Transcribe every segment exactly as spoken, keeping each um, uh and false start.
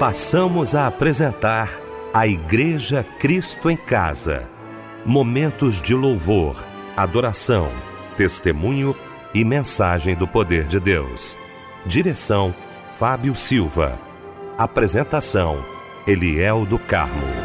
Passamos a apresentar a Igreja Cristo em Casa. Momentos de louvor, adoração, testemunho e mensagem do poder de Deus. Direção, Fábio Silva. Apresentação, Eliel do Carmo.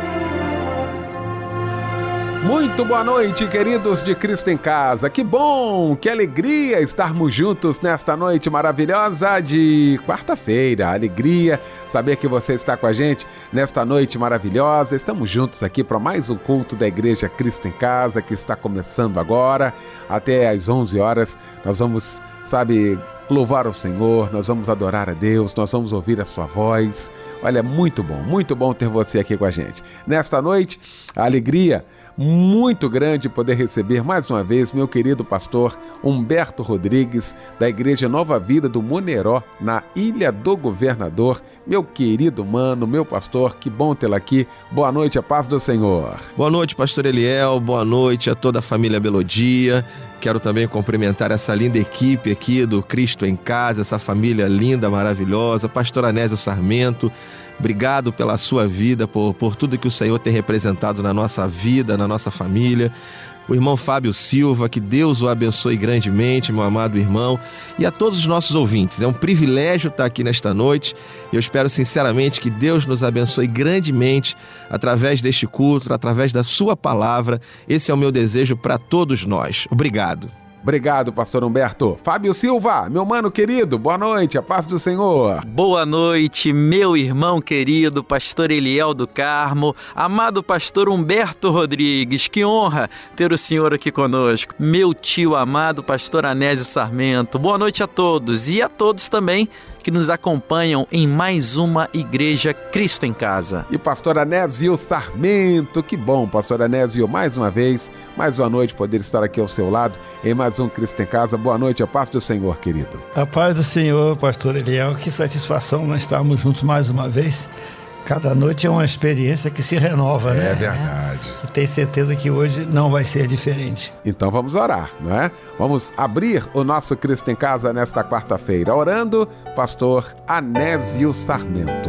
Muito boa noite, queridos de Cristo em Casa. Que bom, que alegria estarmos juntos nesta noite maravilhosa de quarta-feira. Alegria saber que você está com a gente nesta noite maravilhosa. Estamos juntos aqui para mais um culto da Igreja Cristo em Casa, que está começando agora. Até às onze horas nós vamos, sabe, louvar o Senhor, nós vamos adorar a Deus, nós vamos ouvir a sua voz. Olha, muito bom, muito bom ter você aqui com a gente. Nesta noite, a alegria muito grande poder receber mais uma vez meu querido pastor Humberto Rodrigues, da Igreja Nova Vida do Moneró, na Ilha do Governador. Meu querido mano, meu pastor, que bom tê-lo aqui. Boa noite, a paz do Senhor. Boa noite, pastor Eliel, boa noite a toda a família Melodia. Quero também cumprimentar essa linda equipe aqui do Cristo em Casa, essa família linda, maravilhosa, pastor Anésio Sarmento. Obrigado pela sua vida, por, por tudo que o Senhor tem representado na nossa vida, na nossa família. O irmão Fábio Silva, que Deus o abençoe grandemente, meu amado irmão, e a todos os nossos ouvintes. É um privilégio estar aqui nesta noite e eu espero sinceramente que Deus nos abençoe grandemente através deste culto, através da sua palavra. Esse é o meu desejo para todos nós. Obrigado. Obrigado, pastor Humberto. Fábio Silva, meu mano querido, boa noite, a paz do Senhor. Boa noite, meu irmão querido, pastor Eliel do Carmo, amado pastor Humberto Rodrigues, que honra ter o senhor aqui conosco. Meu tio amado, pastor Anésio Sarmento, boa noite a todos e a todos também que nos acompanham em mais uma Igreja Cristo em Casa. E pastor Anésio Sarmento, que bom, pastor Anésio, mais uma vez, mais uma noite poder estar aqui ao seu lado em mais um Cristo em Casa. Boa noite, a paz do Senhor, querido. A paz do Senhor, pastor Eliel, que satisfação nós estarmos juntos mais uma vez. Cada noite é uma experiência que se renova, né? É verdade. E tenho certeza que hoje não vai ser diferente. Então vamos orar, não é? Vamos abrir o nosso Cristo em Casa nesta quarta-feira. Orando, pastor Anésio Sarmento.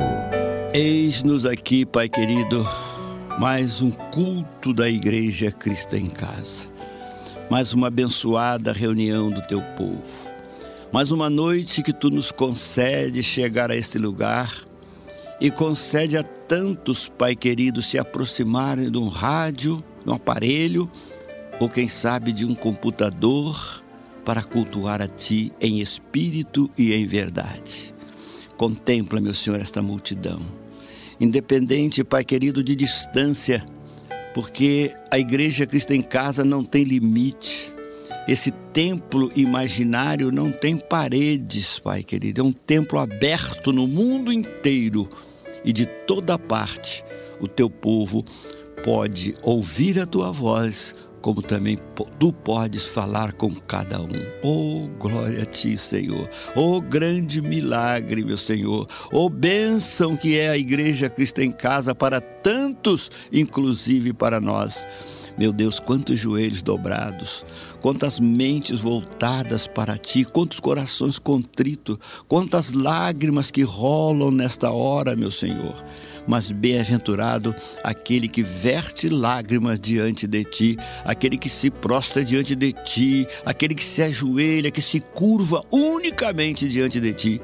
Eis-nos aqui, Pai querido, mais um culto da Igreja Cristo em Casa. Mais uma abençoada reunião do teu povo. Mais uma noite que tu nos concede chegar a este lugar e concede a tantos, Pai querido, se aproximarem de um rádio, de um aparelho, ou quem sabe de um computador, para cultuar a Ti em espírito e em verdade. Contempla, meu Senhor, esta multidão. Independente, Pai querido, de distância, porque a Igreja Cristo em Casa não tem limite. Esse templo imaginário não tem paredes, Pai querido. É um templo aberto no mundo inteiro. E de toda parte, o teu povo pode ouvir a tua voz, como também tu podes falar com cada um. Oh, glória a ti, Senhor. Oh, grande milagre, meu Senhor. Oh, bênção que é a Igreja Cristo em Casa para tantos, inclusive para nós. Meu Deus, quantos joelhos dobrados, quantas mentes voltadas para Ti, quantos corações contritos, quantas lágrimas que rolam nesta hora, meu Senhor. Mas bem-aventurado aquele que verte lágrimas diante de Ti, aquele que se prostra diante de Ti, aquele que se ajoelha, que se curva unicamente diante de Ti.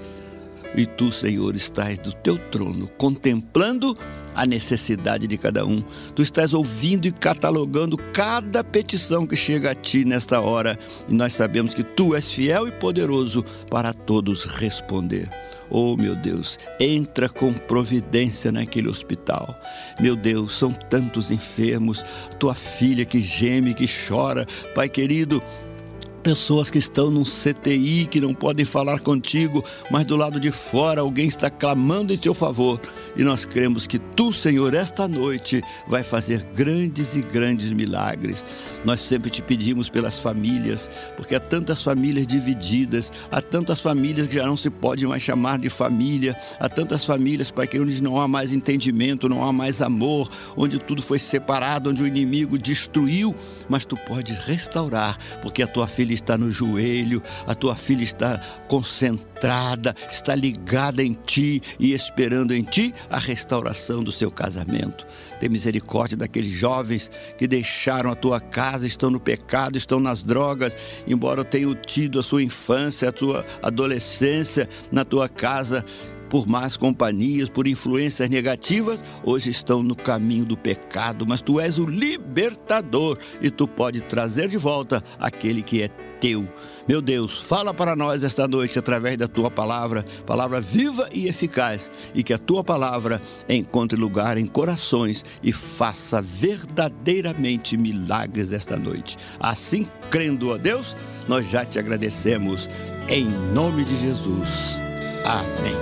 E Tu, Senhor, estás do Teu trono, contemplando a necessidade de cada um. Tu estás ouvindo e catalogando cada petição que chega a Ti nesta hora. E nós sabemos que Tu és fiel e poderoso para todos responder. Oh, meu Deus, entra com providência naquele hospital. Meu Deus, são tantos enfermos. Tua filha que geme, que chora. Pai querido, pessoas que estão num C T I, que não podem falar contigo, mas do lado de fora alguém está clamando em teu favor. E nós cremos que tu, Senhor, esta noite vai fazer grandes e grandes milagres. Nós sempre te pedimos pelas famílias, porque há tantas famílias divididas, há tantas famílias que já não se pode mais chamar de família, há tantas famílias, Pai, que onde não há mais entendimento, não há mais amor, onde tudo foi separado, onde o inimigo destruiu, mas tu podes restaurar, porque a tua felicidade filha está no joelho, a tua filha está concentrada, está ligada em ti e esperando em ti a restauração do seu casamento. Tem misericórdia daqueles jovens que deixaram a tua casa, estão no pecado, estão nas drogas, embora tenham tido a sua infância, a sua adolescência na tua casa, por más companhias, por influências negativas, hoje estão no caminho do pecado, mas tu és o libertador e tu pode trazer de volta aquele que é teu. Meu Deus, fala para nós esta noite através da tua palavra, palavra viva e eficaz, e que a tua palavra encontre lugar em corações e faça verdadeiramente milagres esta noite. Assim, crendo a Deus, nós já te agradecemos em nome de Jesus. Amém.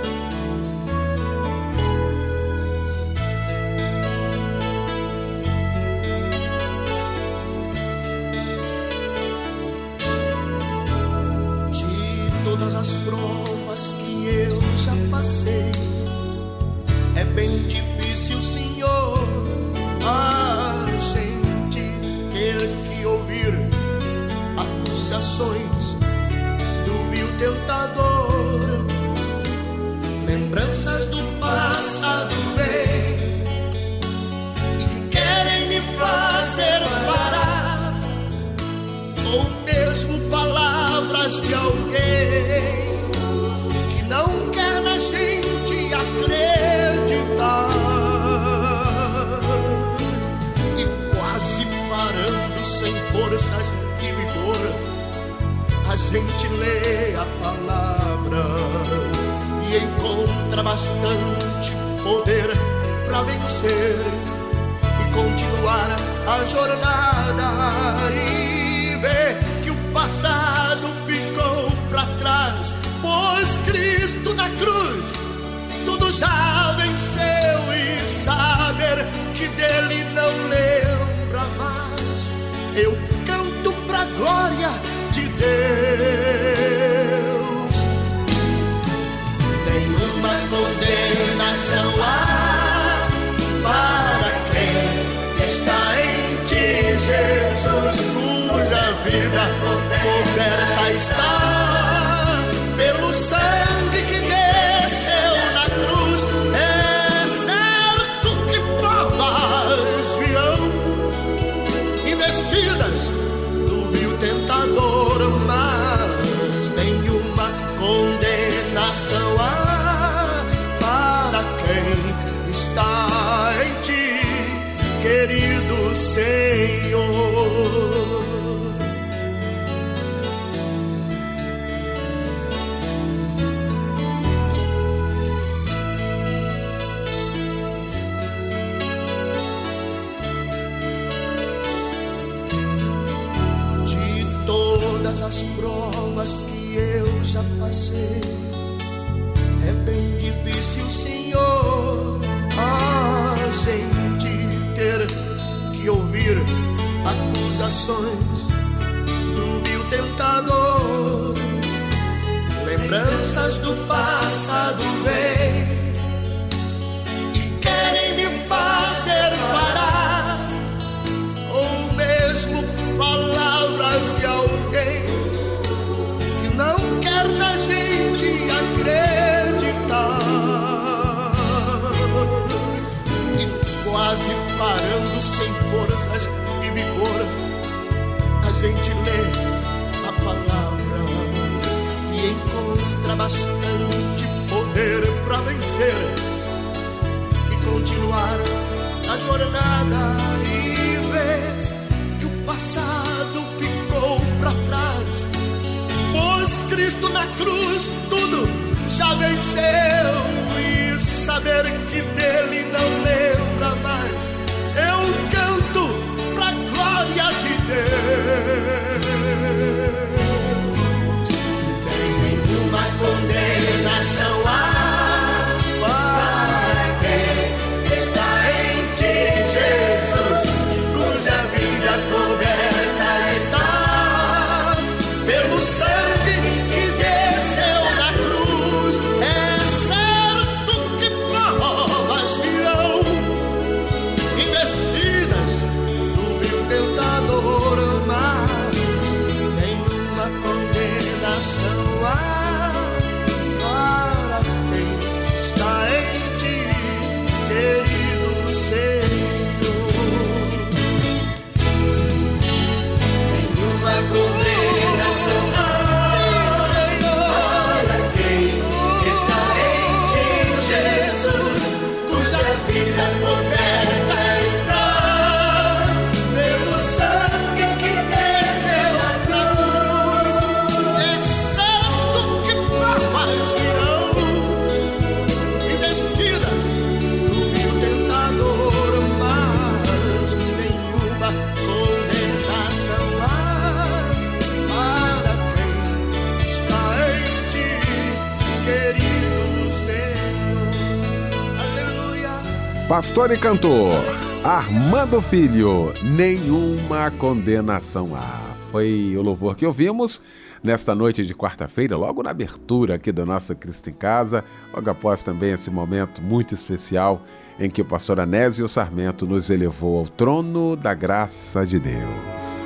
Todas as provas que eu já passei, é bem difícil, Senhor, a gente ter que ouvir acusações do vil tentador. Lembranças do passado vêm e querem me fazer parar, ou mesmo palavras de alguém que não quer na gente acreditar, e quase parando sem forças e vigor, a gente lê a palavra e encontra bastante poder para vencer e continuar a jornada, e ver que o passado ficou para trás, pois Cristo na cruz tudo já venceu, e saber que dele não lembra mais, eu canto pra glória de Deus. Nenhuma condenação há para quem está em ti, Jesus, cuja vida coberta está pelo sangue que desceu na cruz. É certo que provas virão investidas do vil tentador, mas nenhuma condenação há para quem está em ti, querido Senhor. De todas as provas que eu já passei, é bem difícil, Senhor, a gente ter que ouvir acusações do vil tentador. Lembranças do passado vêm e querem me fazer parar, ou mesmo palavras de alguém que não quer na gente acreditar, e quase parando sem forças e vigor, a gente lê a palavra e encontra bastante poder para vencer e continuar a jornada, e ver que o passado ficou para trás, pois Cristo na cruz tudo já venceu, e saber que dele não lembra mais, eu canto pra glória de Deus. Nenhuma condenação há para quem está em ti, Jesus, cuja vida coberta está pelo sangue que desceu na cruz. É certo que provas virão investidas do vil tentador, mas Pastor e cantor Armando Filho, Nenhuma Condenação Há. Foi o louvor que ouvimos nesta noite de quarta-feira, logo na abertura aqui do nosso Cristo em Casa, logo após também esse momento muito especial em que o pastor Anésio Sarmento nos elevou ao trono da graça de Deus.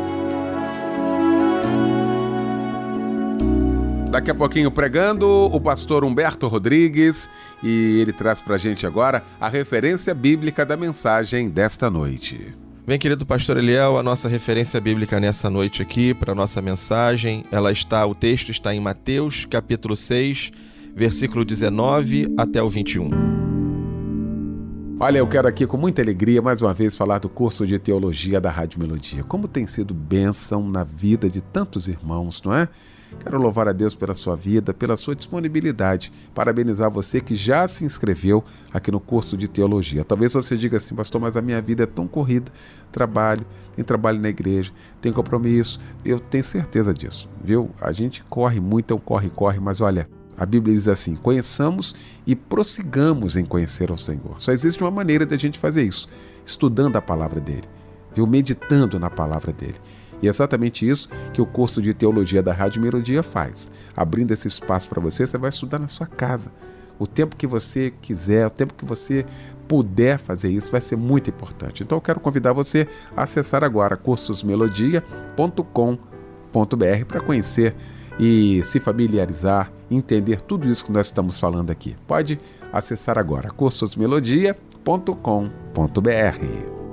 Daqui a pouquinho pregando o pastor Humberto Rodrigues, e ele traz pra gente agora a referência bíblica da mensagem desta noite. Bem, querido pastor Eliel, a nossa referência bíblica nessa noite aqui para a nossa mensagem, ela está, o texto está em Mateus, capítulo seis, versículo dezenove até o vinte e um. Olha, eu quero aqui com muita alegria mais uma vez falar do curso de teologia da Rádio Melodia. Como tem sido bênção na vida de tantos irmãos, não é? Quero louvar a Deus pela sua vida, pela sua disponibilidade. Parabenizar você que já se inscreveu aqui no curso de teologia. Talvez você diga assim, pastor, mas a minha vida é tão corrida. Trabalho, tem trabalho na igreja, tem compromisso. Eu tenho certeza disso, viu? A gente corre muito, é um corre, corre, mas olha, a Bíblia diz assim, conheçamos e prossigamos em conhecer ao Senhor. Só existe uma maneira de a gente fazer isso, estudando a palavra dele, viu? Meditando na palavra dele. E é exatamente isso que o curso de teologia da Rádio Melodia faz. Abrindo esse espaço para você, você vai estudar na sua casa. O tempo que você quiser, o tempo que você puder fazer isso, vai ser muito importante. Então eu quero convidar você a acessar agora cursos melodia ponto com ponto b r para conhecer e se familiarizar, entender tudo isso que nós estamos falando aqui. Pode acessar agora cursos melodia ponto com ponto b r.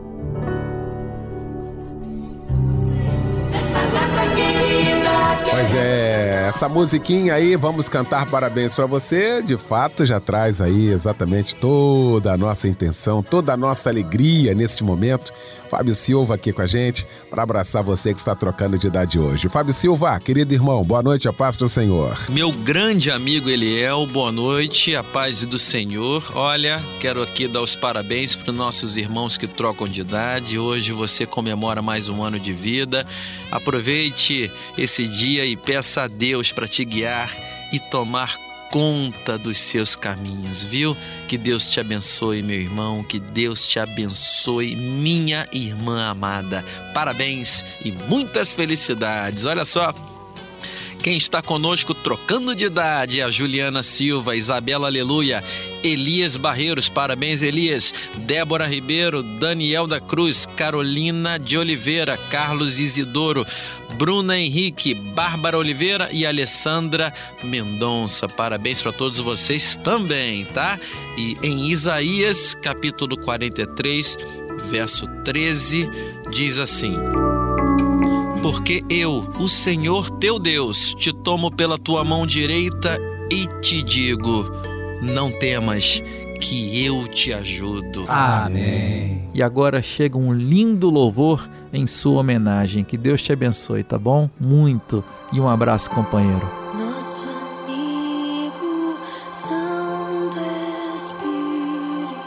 Pois é, essa musiquinha aí, vamos cantar parabéns para você, de fato já traz aí exatamente toda a nossa intenção, toda a nossa alegria neste momento. Fábio Silva aqui com a gente para abraçar você que está trocando de idade hoje. Fábio Silva, querido irmão, boa noite, a paz do Senhor. Meu grande amigo Eliel, boa noite, a paz do Senhor. Olha, quero aqui dar os parabéns para os nossos irmãos que trocam de idade. Hoje você comemora mais um ano de vida. Aproveite esse dia e peça a Deus para te guiar e tomar conta dos seus caminhos, viu? Que Deus te abençoe, meu irmão, que Deus te abençoe, minha irmã amada. Parabéns e muitas felicidades. Olha só, quem está conosco trocando de idade é a Juliana Silva, Isabela Aleluia, Elias Barreiros, parabéns Elias, Débora Ribeiro, Daniel da Cruz, Carolina de Oliveira, Carlos Isidoro, Bruna Henrique, Bárbara Oliveira e Alessandra Mendonça. Parabéns para todos vocês também, tá? E em Isaías, capítulo quarenta e três, verso treze, diz assim: porque eu, o Senhor teu Deus, te tomo pela tua mão direita e te digo, não temas, que eu te ajudo. Amém. E agora chega um lindo louvor em sua homenagem. Que Deus te abençoe, tá bom? Muito. E um abraço, companheiro. Nosso amigo Santo Espírito,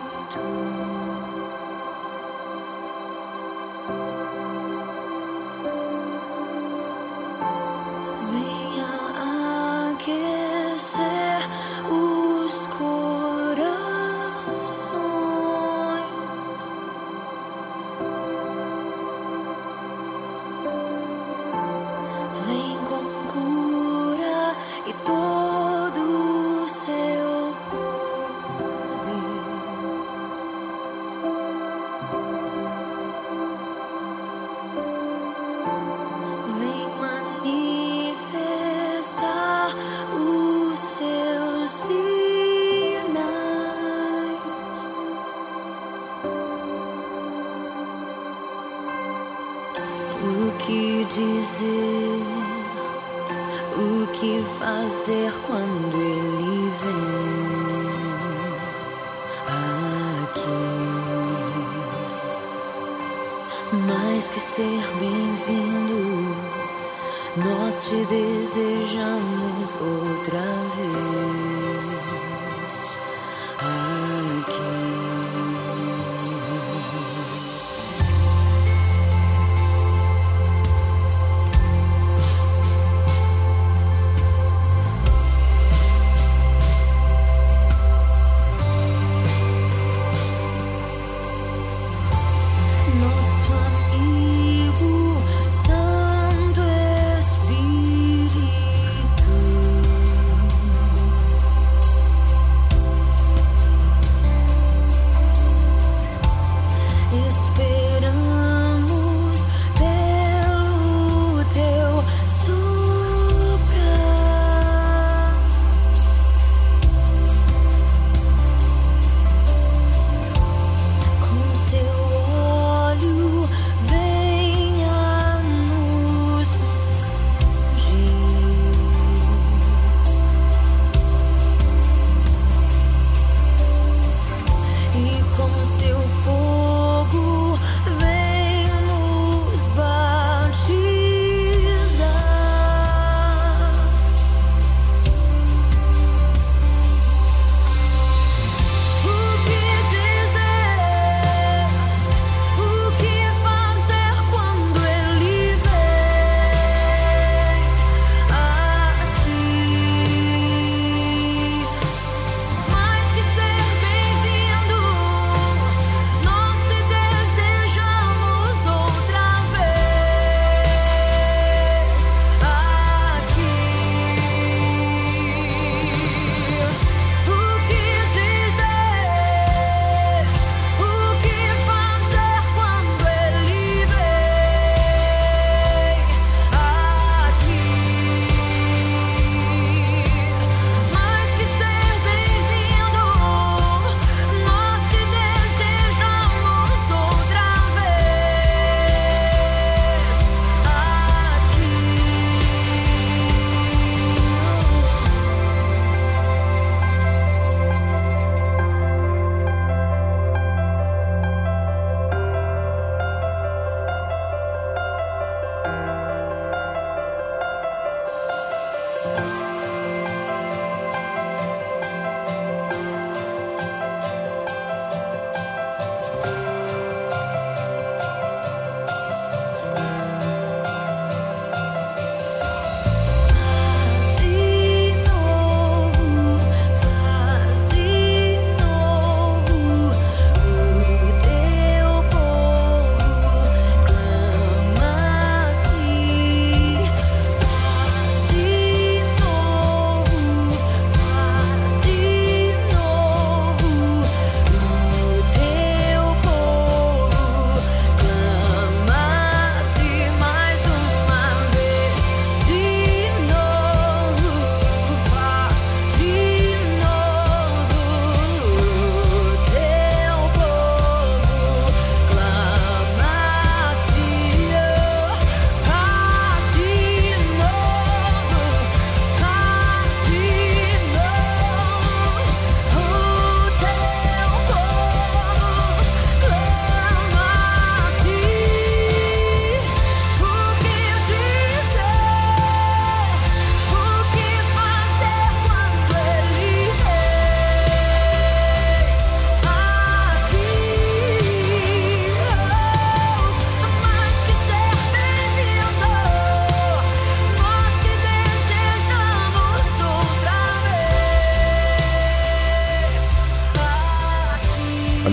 venha aquecer os corações. Vem com cura e todo o seu poder. Vem manifestar os seus sinais. O que dizer? O que fazer quando ele vem aqui? Mais que ser bem-vindo, nós te desejamos outra vez aqui.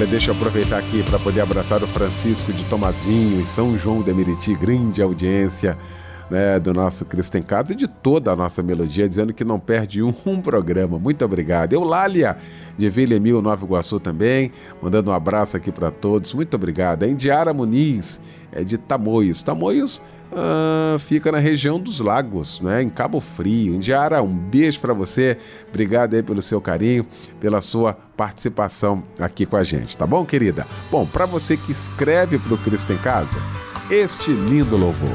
Olha, deixa eu aproveitar aqui para poder abraçar o Francisco de Tomazinho em São João de Meriti, grande audiência, né, do nosso Cristo em Casa e de toda a nossa melodia, dizendo que não perde um, um programa. Muito obrigado. Eulália de Vila Emil, Nova Iguaçu também, mandando um abraço aqui para todos. Muito obrigado. A Indiara Muniz é de Tamoios. Tamoios ah, fica na região dos Lagos, né, em Cabo Frio. Indiara, um beijo para você. Obrigado aí pelo seu carinho, pela sua participação aqui com a gente, tá bom, querida? Bom, para você que escreve para o Cristo em Casa, este lindo louvor.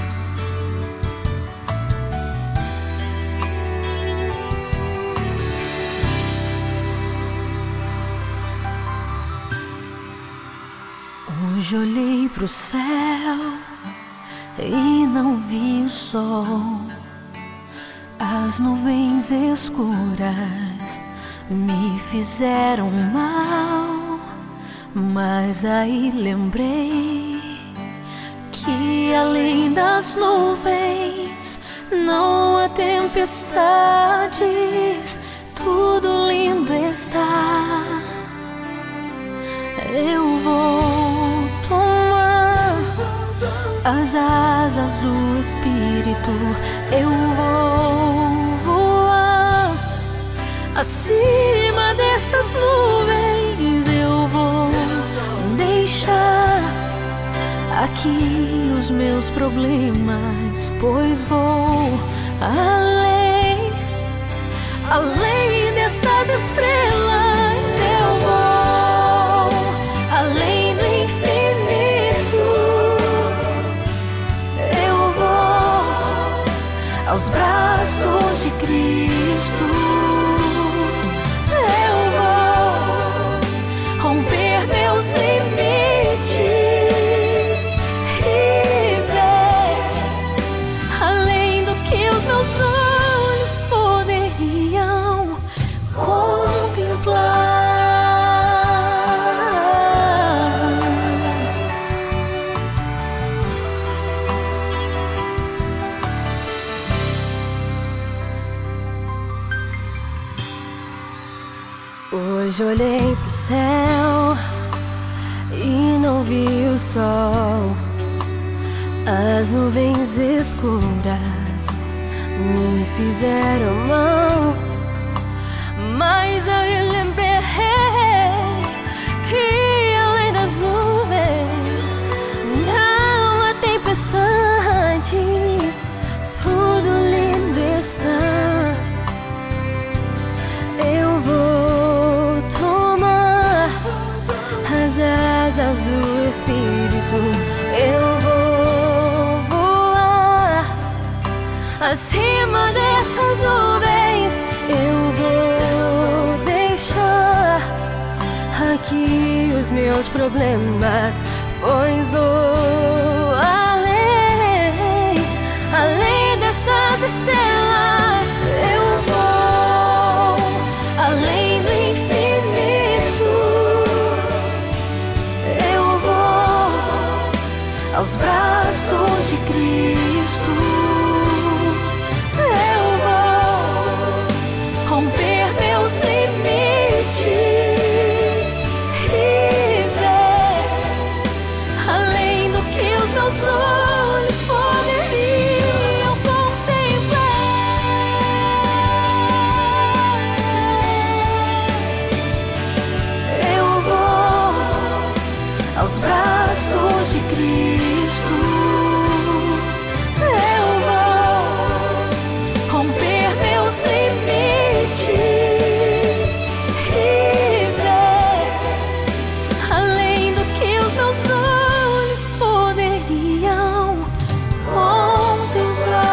Hoje olhei pro céu e não vi o sol. As nuvens escuras me fizeram mal, mas aí lembrei que além das nuvens não há tempestades, tudo lindo está. Eu vou tomar as asas do Espírito, eu vou voar acima dessas nuvens, eu vou deixar aqui os meus problemas, pois vou além, além dessas estrelas, eu vou além do infinito, eu vou aos braços de Cristo, eu vou romper meus limites e ver além do que os meus olhos poderiam contemplar. Hoje olhei pro céu e não vi o sol. As nuvens escuras me fizeram mal, mas aí lembrei que além das nuvens não há tempestades, tudo lindo está. Eu vou tomar as asas do Espírito, eu vou voar acima dessas nuvens, eu vou deixar aqui os meus problemas, pois vou além, além dessas estrelas, eu vou além do infinito, eu vou aos braços de Cristo, eu vou romper meus limites e ver além do que os meus olhos poderiam contemplar. Eu vou aos braços de Cristo, eu vou romper meus limites e ver além do que os meus olhos poderiam contemplar.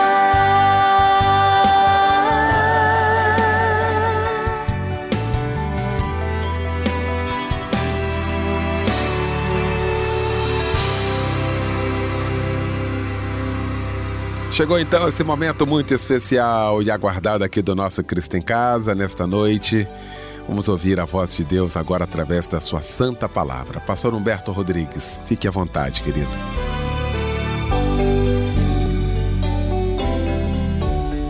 Chegou então esse momento muito especial e aguardado aqui do nosso Cristo em Casa nesta noite. Vamos ouvir a voz de Deus agora através da sua santa palavra. Pastor Humberto Rodrigues, fique à vontade, querido.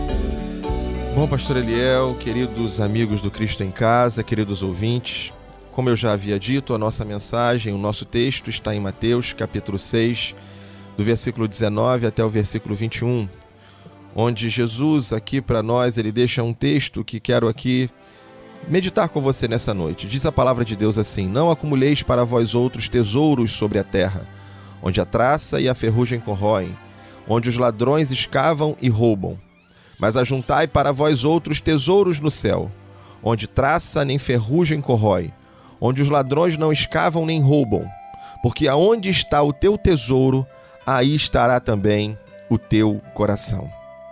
Bom, pastor Eliel, queridos amigos do Cristo em Casa, queridos ouvintes, Como eu já havia dito, a nossa mensagem, o nosso texto está em Mateus, capítulo seis, do versículo dezenove até o versículo vinte e um, onde Jesus aqui para nós, ele deixa um texto que quero aqui meditar com você nessa noite. Diz a palavra de Deus assim: não acumuleis para vós outros tesouros sobre a terra, onde a traça e a ferrugem corroem, onde os ladrões escavam e roubam. Mas ajuntai para vós outros tesouros no céu, onde traça nem ferrugem corrói, onde os ladrões não escavam nem roubam. Porque aonde está o teu tesouro, aí estará também o teu coração.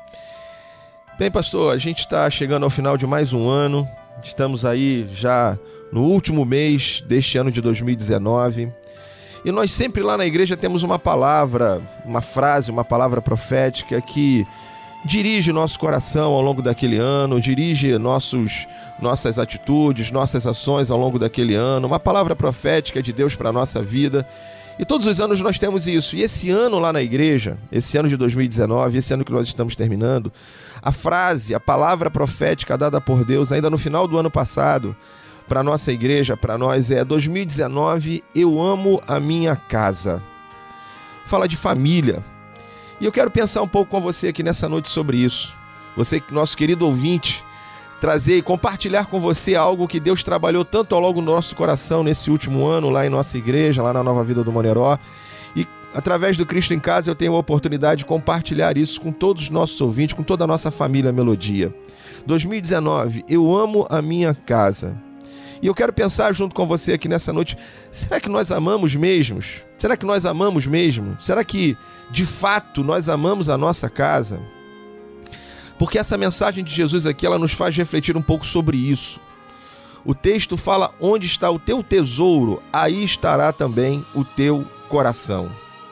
Bem, pastor, a gente está chegando ao final de mais um ano. Estamos aí já no último mês deste ano de dois mil e dezenove. E nós sempre lá na igreja temos uma palavra, uma frase, uma palavra profética que dirige nosso coração ao longo daquele ano, dirige nossos, nossas atitudes, nossas ações ao longo daquele ano, uma palavra profética de Deus para a nossa vida. E todos os anos nós temos isso. E esse ano lá na igreja, esse ano de dois mil e dezenove, esse ano que nós estamos terminando, a frase, a palavra profética dada por Deus ainda no final do ano passado, para a nossa igreja, para nós é: dois mil e dezenove, eu amo a minha casa. Fala de família. E eu quero pensar um pouco com você aqui nessa noite sobre isso. Você, nosso querido ouvinte, trazer e compartilhar com você algo que Deus trabalhou tanto ao longo do nosso coração nesse último ano, lá em nossa igreja, lá na Nova Vida do Moneró. E através do Cristo em Casa eu tenho a oportunidade de compartilhar isso com todos os nossos ouvintes, com toda a nossa família Melodia. dois mil e dezenove, eu amo a minha casa. E eu quero pensar junto com você aqui nessa noite: será que nós amamos mesmos? Será que nós amamos mesmo? Será que, de fato, nós amamos a nossa casa? Porque essa mensagem de Jesus aqui, ela nos faz refletir um pouco sobre isso. O texto fala: onde está o teu tesouro, aí estará também o teu coração.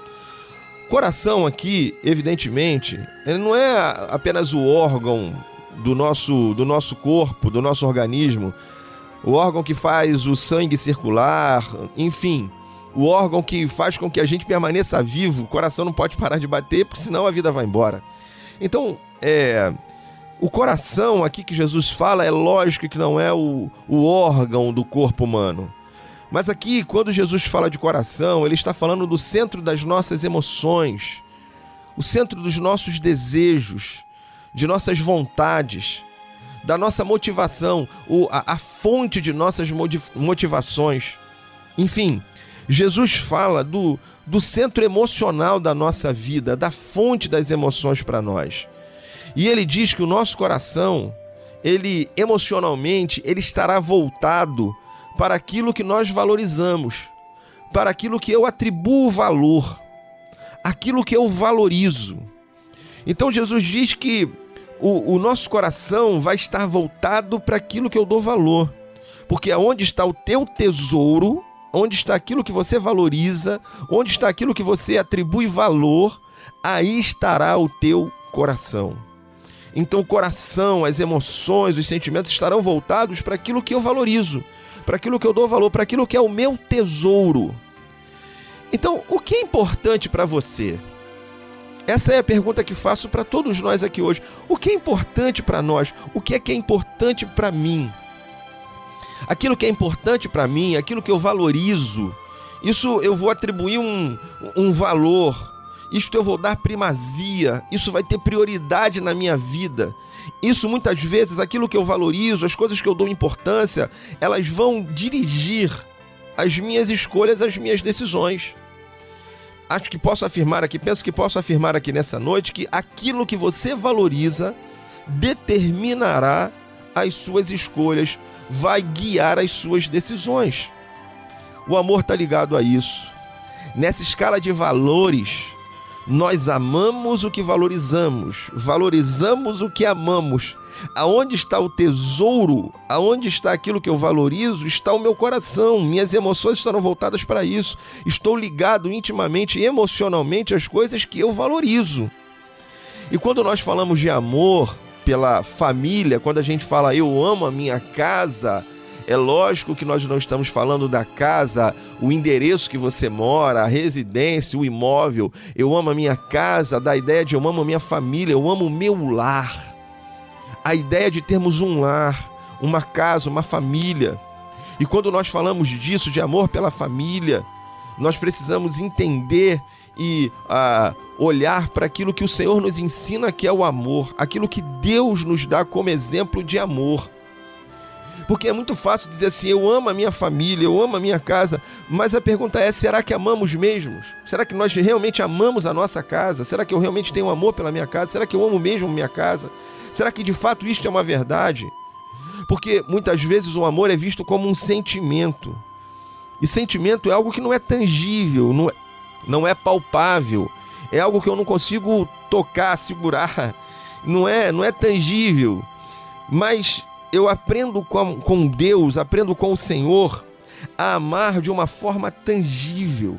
Coração aqui, evidentemente, ele não é apenas o órgão do nosso, do nosso corpo, do nosso organismo, o órgão que faz o sangue circular, enfim, o órgão que faz com que a gente permaneça vivo. O coração não pode parar de bater, porque senão a vida vai embora. Então, é, o coração aqui que Jesus fala, é lógico que não é o, o órgão do corpo humano. Mas aqui, quando Jesus fala de coração, ele está falando do centro das nossas emoções, o centro dos nossos desejos, de nossas vontades, da nossa motivação, o, a, a fonte de nossas motivações. Enfim, Jesus fala do, do centro emocional da nossa vida, da fonte das emoções para nós. E ele diz que o nosso coração, ele emocionalmente, ele estará voltado para aquilo que nós valorizamos, para aquilo que eu atribuo valor, aquilo que eu valorizo. Então Jesus diz que o, o nosso coração vai estar voltado para aquilo que eu dou valor, porque aonde está o teu tesouro, onde está aquilo que você valoriza, onde está aquilo que você atribui valor, aí estará o teu coração. Então o coração, as emoções, os sentimentos estarão voltados para aquilo que eu valorizo, para aquilo que eu dou valor, para aquilo que é o meu tesouro. Então, o que é importante para você? Essa é a pergunta que faço para todos nós aqui hoje. O que é importante para nós? O que é que é importante para mim? Aquilo que é importante para mim, aquilo que eu valorizo, isso eu vou atribuir um, um valor, isto eu vou dar primazia, isso vai ter prioridade na minha vida. Isso muitas vezes, aquilo que eu valorizo, as coisas que eu dou importância, elas vão dirigir as minhas escolhas, as minhas decisões. Acho que posso afirmar aqui, penso que posso afirmar aqui nessa noite que aquilo que você valoriza determinará as suas escolhas, vai guiar as suas decisões. O amor está ligado a isso. Nessa escala de valores, nós amamos o que valorizamos, valorizamos o que amamos. Aonde está o tesouro, aonde está aquilo que eu valorizo, está o meu coração. Minhas emoções estarão voltadas para isso. Estou ligado intimamente e emocionalmente às coisas que eu valorizo. E quando nós falamos de amor pela família, quando a gente fala eu amo a minha casa, é lógico que nós não estamos falando da casa, o endereço que você mora, a residência, o imóvel. Eu amo a minha casa, da ideia de eu amo a minha família, eu amo o meu lar. A ideia de termos um lar, uma casa, uma família. E quando nós falamos disso, de amor pela família, nós precisamos entender e ah, olhar para aquilo que o Senhor nos ensina, que é o amor, aquilo que Deus nos dá como exemplo de amor. Porque é muito fácil dizer assim, eu amo a minha família, eu amo a minha casa, mas a pergunta é, será que amamos mesmo? Será que nós realmente amamos a nossa casa? Será que eu realmente tenho amor pela minha casa? Será que eu amo mesmo a minha casa? Será que de fato isto é uma verdade? Porque muitas vezes o amor é visto como um sentimento. E sentimento é algo que não é tangível, não é, não é palpável. É algo que eu não consigo tocar, segurar. Não é, não é tangível. Mas eu aprendo com, com Deus, aprendo com o Senhor a amar de uma forma tangível.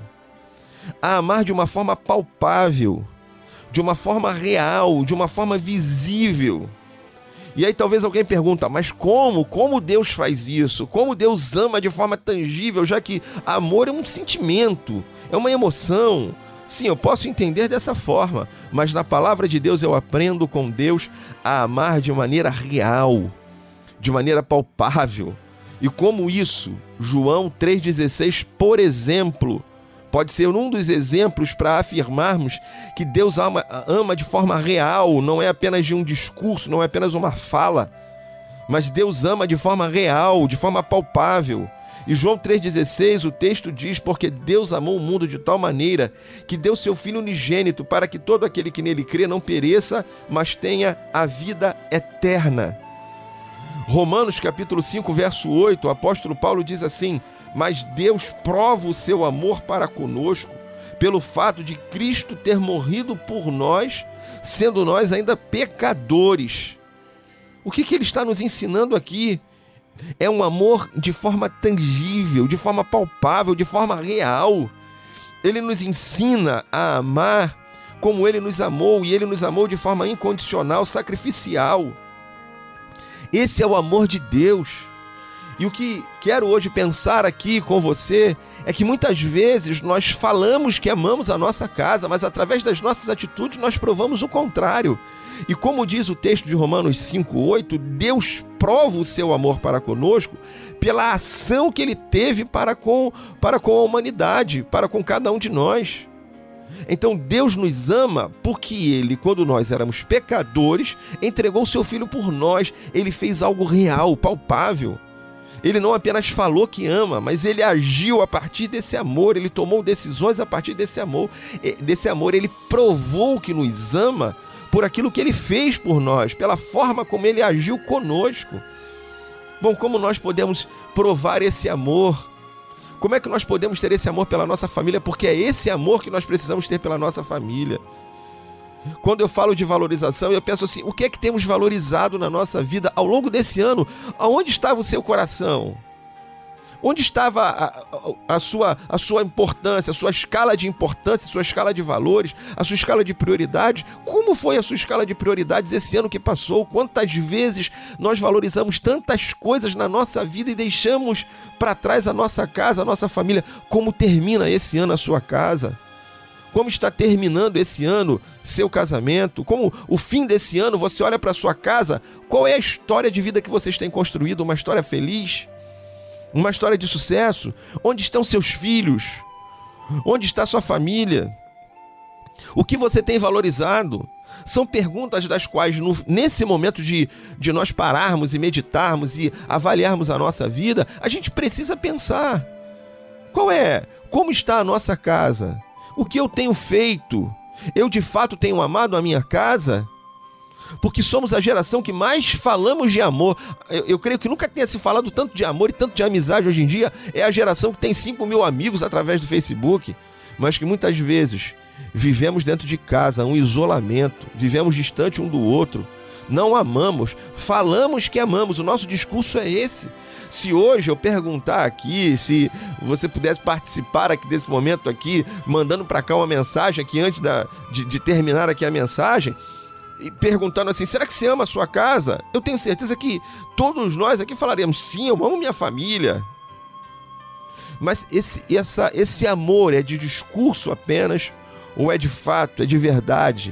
A amar de uma forma palpável. De uma forma real, de uma forma visível. E aí talvez alguém pergunta, mas como? Como Deus faz isso? Como Deus ama de forma tangível, já que amor é um sentimento, é uma emoção? Sim, eu posso entender dessa forma, mas na palavra de Deus eu aprendo com Deus a amar de maneira real, de maneira palpável. E como isso? João três dezesseis, por exemplo, pode ser um dos exemplos para afirmarmos que Deus ama, ama de forma real, não é apenas de um discurso, não é apenas uma fala, mas Deus ama de forma real, de forma palpável. E João três dezesseis, o texto diz, porque Deus amou o mundo de tal maneira que deu seu Filho unigênito para que todo aquele que nele crê não pereça, mas tenha a vida eterna. Romanos capítulo cinco, verso oito, o apóstolo Paulo diz assim, mas Deus prova o seu amor para conosco pelo fato de Cristo ter morrido por nós, sendo nós ainda pecadores. O que que ele está nos ensinando aqui? É um amor de forma tangível, de forma palpável, de forma real. Ele nos ensina a amar como ele nos amou, e ele nos amou de forma incondicional, sacrificial. Esse é o amor de Deus. E o que quero hoje pensar aqui com você é que muitas vezes nós falamos que amamos a nossa casa, mas através das nossas atitudes nós provamos o contrário. E como diz o texto de Romanos cinco, oito, Deus prova o seu amor para conosco pela ação que ele teve para com, para com a humanidade, para com cada um de nós. Então Deus nos ama porque ele, quando nós éramos pecadores, entregou o seu Filho por nós. Ele fez algo real, palpável. Ele não apenas falou que ama, mas ele agiu a partir desse amor, ele tomou decisões a partir desse amor. Desse amor, ele provou que nos ama por aquilo que ele fez por nós, pela forma como ele agiu conosco. Bom, como nós podemos provar esse amor? Como é que nós podemos ter esse amor pela nossa família? Porque é esse amor que nós precisamos ter pela nossa família. Quando eu falo de valorização, eu penso assim, o que é que temos valorizado na nossa vida ao longo desse ano? Aonde estava o seu coração? Onde estava a, a, a, sua, a sua importância, a sua escala de importância, a sua escala de valores, a sua escala de prioridades? Como foi a sua escala de prioridades esse ano que passou? Quantas vezes nós valorizamos tantas coisas na nossa vida e deixamos para trás a nossa casa, a nossa família? Como termina esse ano a sua casa? Como está terminando esse ano seu casamento? Como o fim desse ano você olha para sua casa? Qual é a história de vida que vocês têm construído? Uma história feliz? Uma história de sucesso? Onde estão seus filhos? Onde está sua família? O que você tem valorizado? São perguntas das quais, no, nesse momento de, de nós pararmos e meditarmos e avaliarmos a nossa vida, a gente precisa pensar. Qual é? Como está a nossa casa? O que eu tenho feito? Eu de fato tenho amado a minha casa? Porque somos a geração que mais falamos de amor. Eu, eu creio que nunca tenha se falado tanto de amor e tanto de amizade hoje em dia. É a geração que tem cinco mil amigos através do Facebook, mas que muitas vezes vivemos dentro de casa, um isolamento, vivemos distante um do outro, não amamos, falamos que amamos, o nosso discurso é esse. Se hoje eu perguntar aqui, se você pudesse participar aqui desse momento aqui, mandando para cá uma mensagem aqui antes da, de, de terminar aqui a mensagem, e perguntando assim, será que você ama a sua casa? Eu tenho certeza que todos nós aqui falaremos, sim, eu amo minha família. Mas esse, essa, esse amor é de discurso apenas, ou é de fato, é de verdade?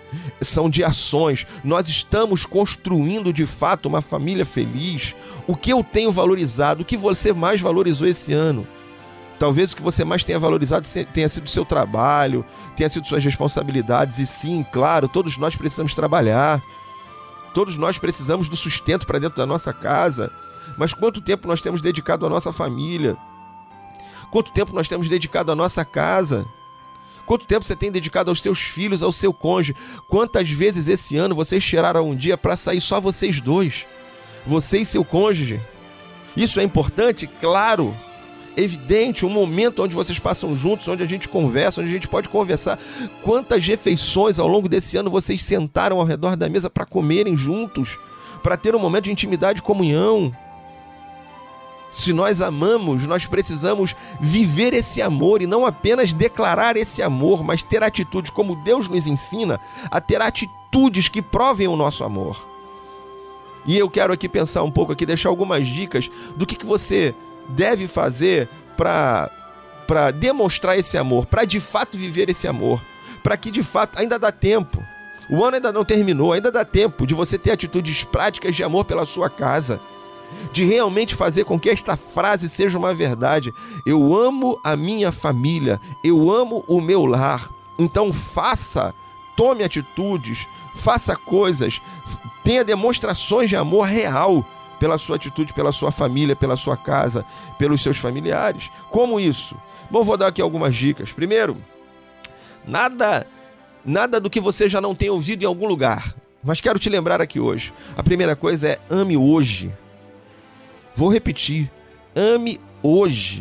são de ações. Nós estamos construindo de fato uma família feliz. O que eu tenho valorizado? O que você mais valorizou esse ano? Talvez o que você mais tenha valorizado tenha sido o seu trabalho, tenha sido suas responsabilidades. E sim, claro, todos nós precisamos trabalhar. Todos nós precisamos do sustento para dentro da nossa casa. Mas quanto tempo nós temos dedicado à nossa família? Quanto tempo nós temos dedicado à nossa casa? Quanto tempo você tem dedicado aos seus filhos, ao seu cônjuge? Quantas vezes esse ano vocês tiraram um dia para sair só vocês dois? Você e seu cônjuge? Isso é importante? Claro. Evidente, um momento onde vocês passam juntos, onde a gente conversa, onde a gente pode conversar. Quantas refeições ao longo desse ano vocês sentaram ao redor da mesa para comerem juntos? Para ter um momento de intimidade e comunhão? Se nós amamos, nós precisamos viver esse amor e não apenas declarar esse amor, mas ter atitudes como Deus nos ensina a ter atitudes que provem o nosso amor. E eu quero aqui pensar um pouco, aqui deixar algumas dicas do que, que você deve fazer para para demonstrar esse amor, para de fato viver esse amor, para que de fato ainda dá tempo. O ano ainda não terminou, ainda dá tempo de você ter atitudes práticas de amor pela sua casa, de realmente fazer com que esta frase seja uma verdade. Eu amo a minha família, eu amo o meu lar. Então faça, tome atitudes, faça coisas, tenha demonstrações de amor real pela sua atitude, pela sua família, pela sua casa, pelos seus familiares. Como isso? Bom, vou dar aqui algumas dicas. Primeiro, nada, nada do que você já não tenha ouvido em algum lugar, mas quero te lembrar aqui hoje. A primeira coisa é ame hoje. Vou repetir, ame hoje.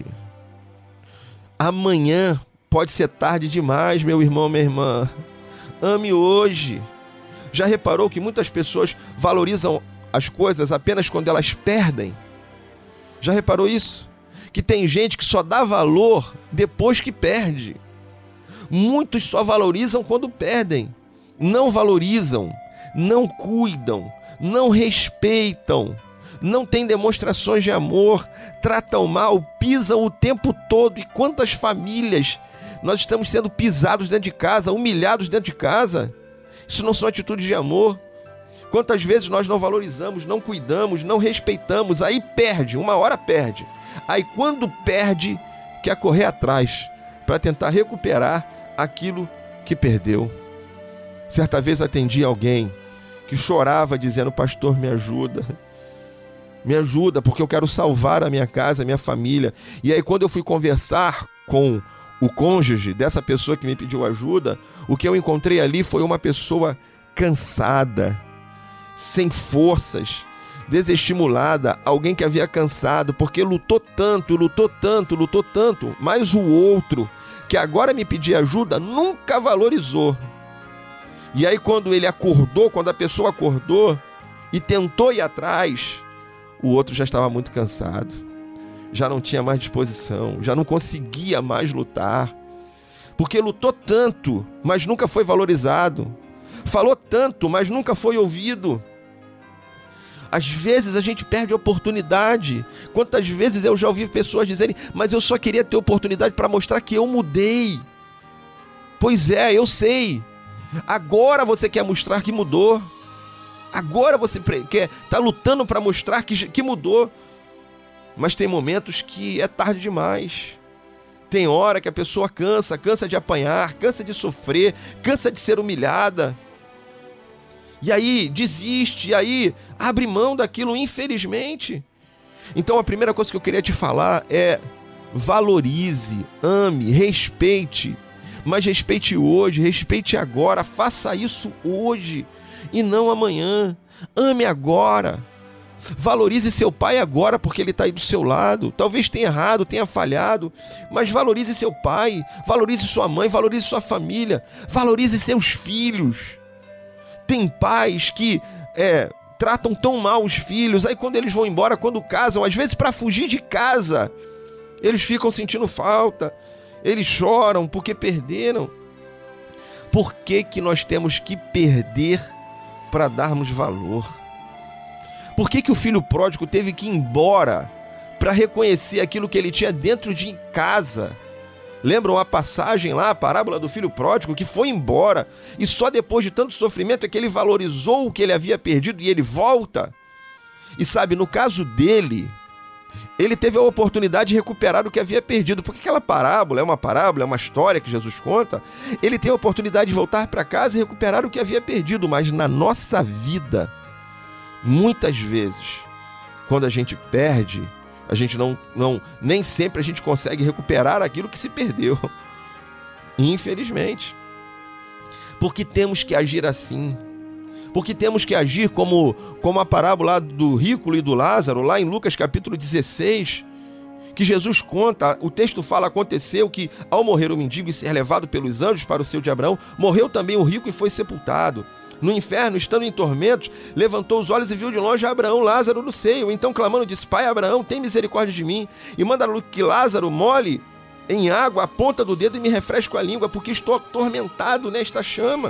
Amanhã pode ser tarde demais, meu irmão, minha irmã. Ame hoje. Já reparou que muitas pessoas valorizam as coisas apenas quando elas perdem? Já reparou isso? Que tem gente que só dá valor depois que perde. Muitos só valorizam quando perdem. Não valorizam, não cuidam, não respeitam, não têm demonstrações de amor, tratam mal, pisam o tempo todo. E quantas famílias nós estamos sendo pisados dentro de casa, humilhados dentro de casa? Isso não são atitudes de amor. Quantas vezes nós não valorizamos, não cuidamos, não respeitamos, aí perde, uma hora perde. Aí quando perde, quer correr atrás para tentar recuperar aquilo que perdeu. Certa vez atendi alguém que chorava dizendo: pastor, me ajuda. Me ajuda, porque eu quero salvar a minha casa, a minha família. E aí quando eu fui conversar com o cônjuge dessa pessoa que me pediu ajuda, o que eu encontrei ali foi uma pessoa cansada, sem forças, desestimulada, alguém que havia cansado, porque lutou tanto, lutou tanto, lutou tanto, mas o outro, que agora me pedia ajuda, nunca valorizou. E aí quando ele acordou, quando a pessoa acordou e tentou ir atrás, o outro já estava muito cansado, já não tinha mais disposição, já não conseguia mais lutar, porque lutou tanto, mas nunca foi valorizado, falou tanto, mas nunca foi ouvido. Às vezes a gente perde a oportunidade. Quantas vezes eu já ouvi pessoas dizerem: mas eu só queria ter oportunidade para mostrar que eu mudei. Pois é, eu sei. Agora você quer mostrar que mudou. Agora você quer, tá lutando para mostrar que, que mudou. Mas tem momentos que é tarde demais. Tem hora que a pessoa cansa, cansa de apanhar, cansa de sofrer, cansa de ser humilhada. E aí desiste, e aí abre mão daquilo, infelizmente. Então a primeira coisa que eu queria te falar é: valorize, ame, respeite. Mas respeite hoje, respeite agora, faça isso hoje e não amanhã. Ame agora. Valorize seu pai agora, porque ele está aí do seu lado. Talvez tenha errado, tenha falhado, mas valorize seu pai, valorize sua mãe, valorize sua família, valorize seus filhos. Tem pais que é, tratam tão mal os filhos, aí quando eles vão embora, quando casam, às vezes para fugir de casa, eles ficam sentindo falta, eles choram porque perderam. Por que que nós temos que perder para darmos valor? Por que que o filho pródigo teve que ir embora para reconhecer aquilo que ele tinha dentro de casa? Lembram a passagem lá, a parábola do filho pródigo, que foi embora, e só depois de tanto sofrimento é que ele valorizou o que ele havia perdido e ele volta. E sabe, no caso dele, ele teve a oportunidade de recuperar o que havia perdido, porque aquela parábola é uma parábola, é uma história que Jesus conta. Ele tem a oportunidade de voltar para casa e recuperar o que havia perdido, mas na nossa vida, muitas vezes, quando a gente perde, a gente não, não, nem sempre a gente consegue recuperar aquilo que se perdeu. Infelizmente. Porque temos que agir assim. Porque temos que agir como, como a parábola do rico e do Lázaro, lá em Lucas capítulo dezesseis, que Jesus conta, o texto fala, aconteceu que ao morrer o mendigo e ser levado pelos anjos para o seio de Abraão, morreu também o rico e foi sepultado. No inferno, estando em tormentos, levantou os olhos e viu de longe Abraão, Lázaro no seio. Então, clamando, disse: Pai Abraão, tem misericórdia de mim, e manda que Lázaro molhe em água a ponta do dedo e me refresque a língua, porque estou atormentado nesta chama.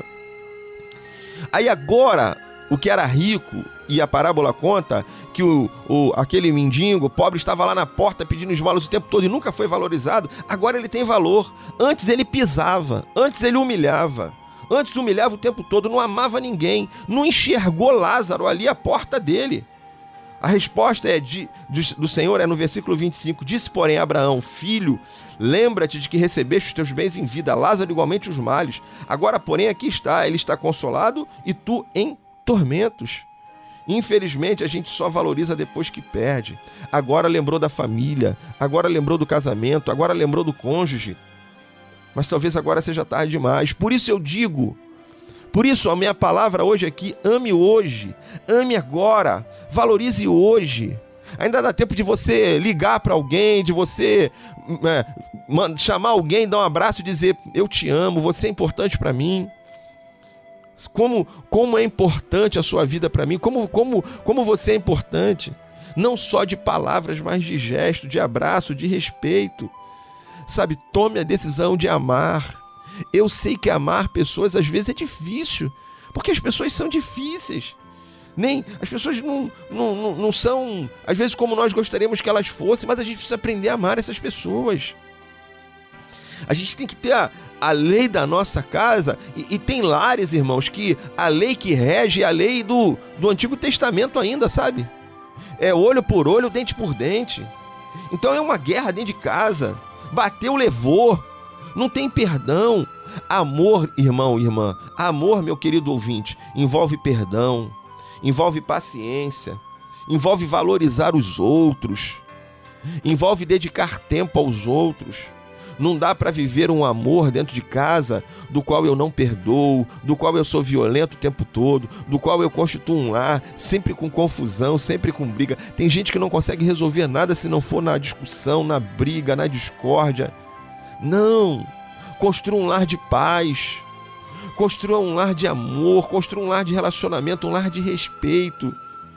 Aí agora, o que era rico, e a parábola conta que o, o, aquele mendigo pobre estava lá na porta pedindo esmolas o tempo todo e nunca foi valorizado, agora ele tem valor. Antes ele pisava, antes ele humilhava. Antes humilhava o tempo todo, não amava ninguém, não enxergou Lázaro ali à porta dele. A resposta é de, de, do Senhor é no versículo vinte e cinco. Disse, porém, Abraão: Filho, lembra-te de que recebeste os teus bens em vida, Lázaro igualmente os males. Agora, porém, aqui está, ele está consolado e tu em tormentos. Infelizmente, a gente só valoriza depois que perde. Agora lembrou da família, agora lembrou do casamento, agora lembrou do cônjuge. Mas talvez agora seja tarde demais. Por isso eu digo, por isso a minha palavra hoje aqui, ame hoje, ame agora, valorize hoje. Ainda dá tempo de você ligar para alguém, de você é, chamar alguém, dar um abraço e dizer: eu te amo, você é importante para mim. Como, como é importante a sua vida para mim, como, como, como você é importante. Não só de palavras, mas de gesto, de abraço, de respeito. Sabe, tome a decisão de amar. Eu sei que amar pessoas às vezes é difícil, porque as pessoas são difíceis. Nem, as pessoas não, não, não, não são, às vezes, como nós gostaríamos que elas fossem, mas a gente precisa aprender a amar essas pessoas. A gente tem que ter a, a lei da nossa casa, e, e tem lares, irmãos, que a lei que rege é a lei do, do Antigo Testamento ainda, sabe? É olho por olho, dente por dente. Então é uma guerra dentro de casa. Bateu, levou, não tem perdão. Amor, irmão, irmã, amor, meu querido ouvinte, envolve perdão, envolve paciência, envolve valorizar os outros, envolve dedicar tempo aos outros. Não dá para viver um amor dentro de casa do qual eu não perdoo, do qual eu sou violento o tempo todo, do qual eu constituo um lar, sempre com confusão, sempre com briga. Tem gente que não consegue resolver nada se não for na discussão, na briga, na discórdia. Não! Construa um lar de paz, construa um lar de amor, construa um lar de relacionamento, um lar de respeito.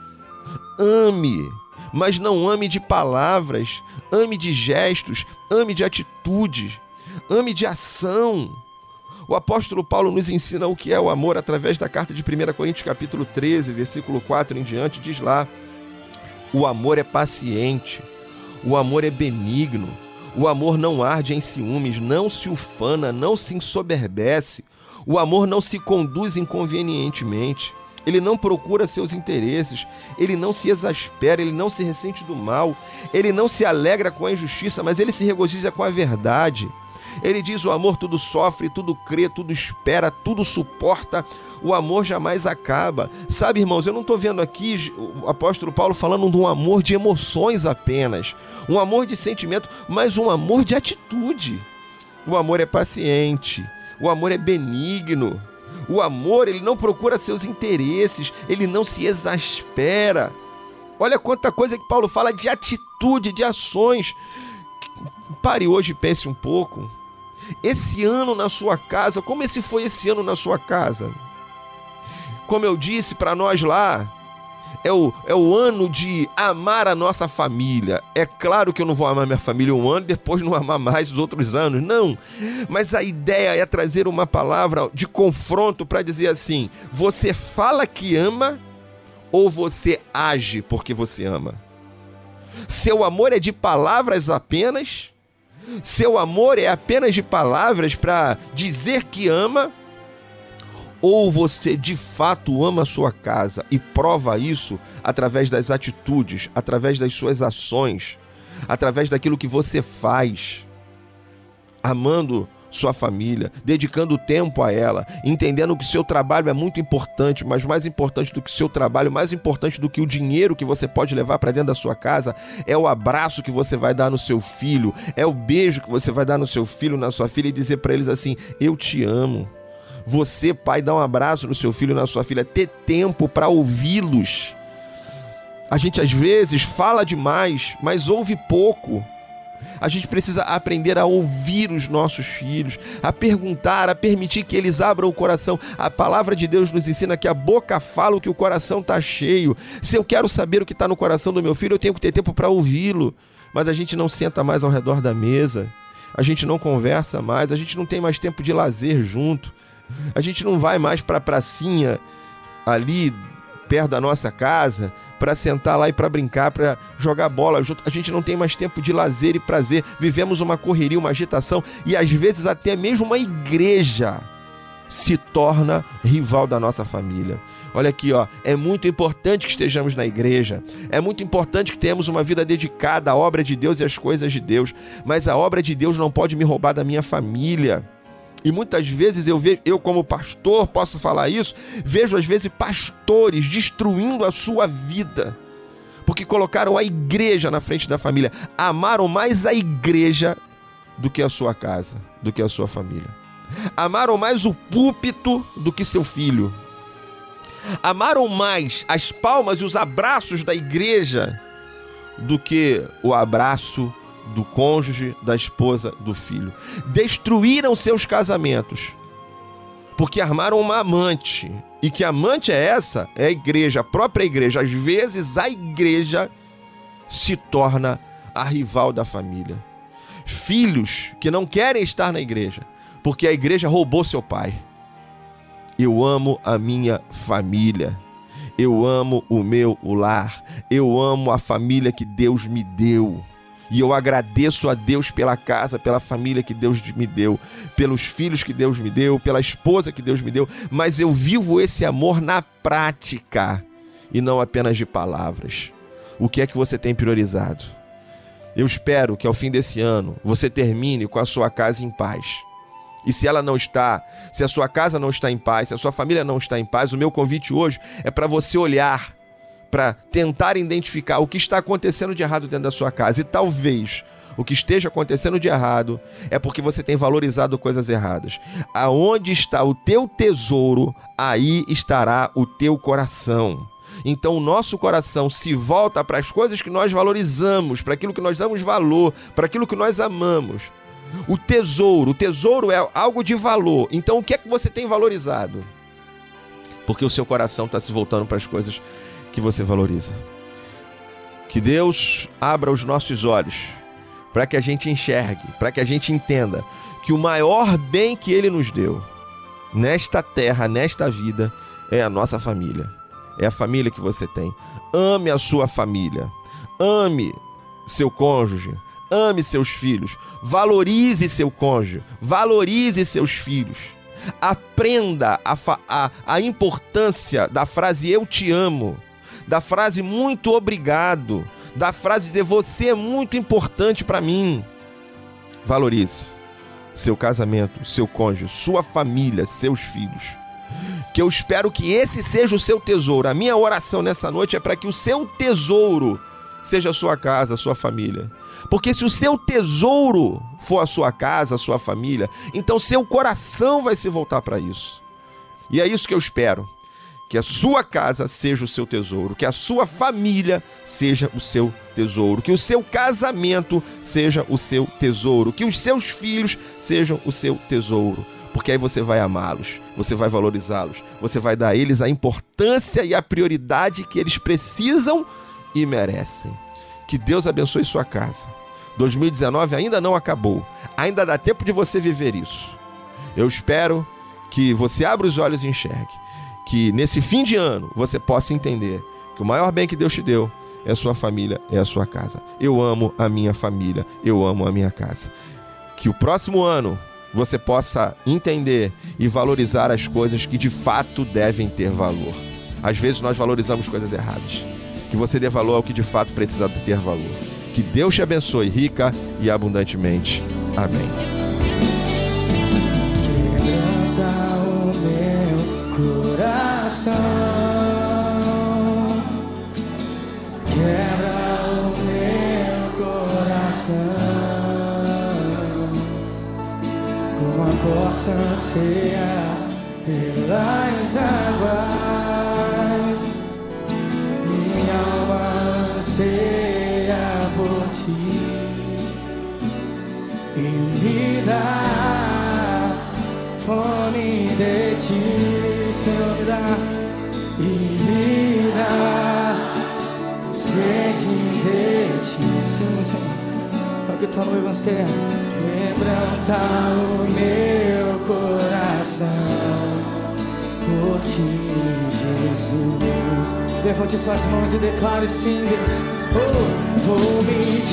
Ame, mas não ame de palavras, ame de gestos, ame de atitudes, ame de ação. O apóstolo Paulo nos ensina o que é o amor através da carta de primeira Coríntios capítulo treze, versículo quatro em diante, diz lá: o amor é paciente, o amor é benigno, o amor não arde em ciúmes, não se ufana, não se ensoberbece, o amor não se conduz inconvenientemente. Ele não procura seus interesses, ele não se exaspera, ele não se ressente do mal, ele não se alegra com a injustiça, mas ele se regozija com a verdade. Ele diz: o amor tudo sofre, tudo crê, tudo espera, tudo suporta, o amor jamais acaba. Sabe, irmãos, eu não estou vendo aqui o apóstolo Paulo falando de um amor de emoções apenas, um amor de sentimento, mas um amor de atitude. O amor é paciente, o amor é benigno. O amor, ele não procura seus interesses, ele não se exaspera. Olha quanta coisa que Paulo fala de atitude, de ações. Pare hoje e pense um pouco. Esse ano na sua casa, como esse foi esse ano na sua casa? Como eu disse para nós lá, é o, é o ano de amar a nossa família. É claro que eu não vou amar minha família um ano e depois não amar mais os outros anos, não. Mas a ideia é trazer uma palavra de confronto para dizer assim: você fala que ama ou você age porque você ama? Seu amor é de palavras apenas? Seu amor é apenas de palavras para dizer que ama? Ou você de fato ama a sua casa e prova isso através das atitudes, através das suas ações, através daquilo que você faz, amando sua família, dedicando tempo a ela, entendendo que seu trabalho é muito importante, mas mais importante do que seu trabalho, mais importante do que o dinheiro que você pode levar para dentro da sua casa, é o abraço que você vai dar no seu filho, é o beijo que você vai dar no seu filho, na sua filha, e dizer para eles assim: eu te amo. Você, pai, dá um abraço no seu filho e na sua filha, ter tempo para ouvi-los. A gente às vezes fala demais, mas ouve pouco. A gente precisa aprender a ouvir os nossos filhos, a perguntar, a permitir que eles abram o coração. A palavra de Deus nos ensina que a boca fala o que o coração está cheio. Se eu quero saber o que está no coração do meu filho, eu tenho que ter tempo para ouvi-lo. Mas a gente não senta mais ao redor da mesa, a gente não conversa mais, a gente não tem mais tempo de lazer junto, a gente não vai mais para a pracinha ali perto da nossa casa para sentar lá e para brincar, para jogar bola junto. A gente não tem mais tempo de lazer e prazer. Vivemos uma correria, uma agitação, e às vezes até mesmo uma igreja se torna rival da nossa família. Olha aqui, ó, é muito importante que estejamos na igreja, é muito importante que tenhamos uma vida dedicada à obra de Deus e às coisas de Deus, mas a obra de Deus não pode me roubar da minha família. E muitas vezes eu vejo, eu como pastor posso falar isso, vejo às vezes pastores destruindo a sua vida, porque colocaram a igreja na frente da família, amaram mais a igreja do que a sua casa, do que a sua família. Amaram mais o púlpito do que seu filho. Amaram mais as palmas e os abraços da igreja do que o abraço do cônjuge, da esposa, do filho. Destruíram seus casamentos porque armaram uma amante. E que amante é essa? É a igreja, a própria igreja. Às vezes a igreja se torna a rival da família. Filhos que não querem estar na igreja porque a igreja roubou seu pai. Eu amo a minha família, eu amo o meu lar, eu amo a família que Deus me deu. E eu agradeço a Deus pela casa, pela família que Deus me deu, pelos filhos que Deus me deu, pela esposa que Deus me deu, mas eu vivo esse amor na prática e não apenas de palavras. O que é que você tem priorizado? Eu espero que ao fim desse ano você termine com a sua casa em paz. E se ela não está, se a sua casa não está em paz, se a sua família não está em paz, o meu convite hoje é para você olhar, para tentar identificar o que está acontecendo de errado dentro da sua casa. E talvez o que esteja acontecendo de errado é porque você tem valorizado coisas erradas. Aonde está o teu tesouro, aí estará o teu coração. Então o nosso coração se volta para as coisas que nós valorizamos, para aquilo que nós damos valor, para aquilo que nós amamos. O tesouro, o tesouro é algo de valor. Então o que é que você tem valorizado? Porque o seu coração está se voltando para as coisas que você valoriza. Que Deus abra os nossos olhos para que a gente enxergue, para que a gente entenda que o maior bem que Ele nos deu nesta terra, nesta vida, é a nossa família. É a família que você tem. Ame a sua família. Ame seu cônjuge. Ame seus filhos. Valorize seu cônjuge. Valorize seus filhos. Aprenda a, a, a importância da frase eu te amo, da frase muito obrigado, da frase dizer você é muito importante para mim. Valorize seu casamento, seu cônjuge, sua família, seus filhos. Que eu espero que esse seja o seu tesouro. A minha oração nessa noite é para que o seu tesouro seja a sua casa, a sua família. Porque se o seu tesouro for a sua casa, a sua família, então seu coração vai se voltar para isso. E é isso que eu espero. Que a sua casa seja o seu tesouro, que a sua família seja o seu tesouro, que o seu casamento seja o seu tesouro, que os seus filhos sejam o seu tesouro. Porque aí você vai amá-los, você vai valorizá-los, você vai dar a eles a importância e a prioridade que eles precisam e merecem. Que Deus abençoe sua casa. dois mil e dezenove ainda não acabou. Ainda dá tempo de você viver isso. Eu espero que você abra os olhos e enxergue. Que nesse fim de ano você possa entender que o maior bem que Deus te deu é sua família, é a sua casa. Eu amo a minha família, eu amo a minha casa. Que o próximo ano você possa entender e valorizar as coisas que de fato devem ter valor. Às vezes nós valorizamos coisas erradas. Que você dê valor ao que de fato precisa ter valor. Que Deus te abençoe rica e abundantemente. Amém. Quebranta o meu coração, quebra o meu coração, como a corça anseia pelas águas, minha alma anseia por ti, e me dá fome de ti, Senhor, me dá, e me dá sede de ti, Senhor, Senhor. Só que tua noiva anseia, quebranta o meu coração por ti, Jesus. Levante suas mãos e declare sim, Deus. Oh, vou me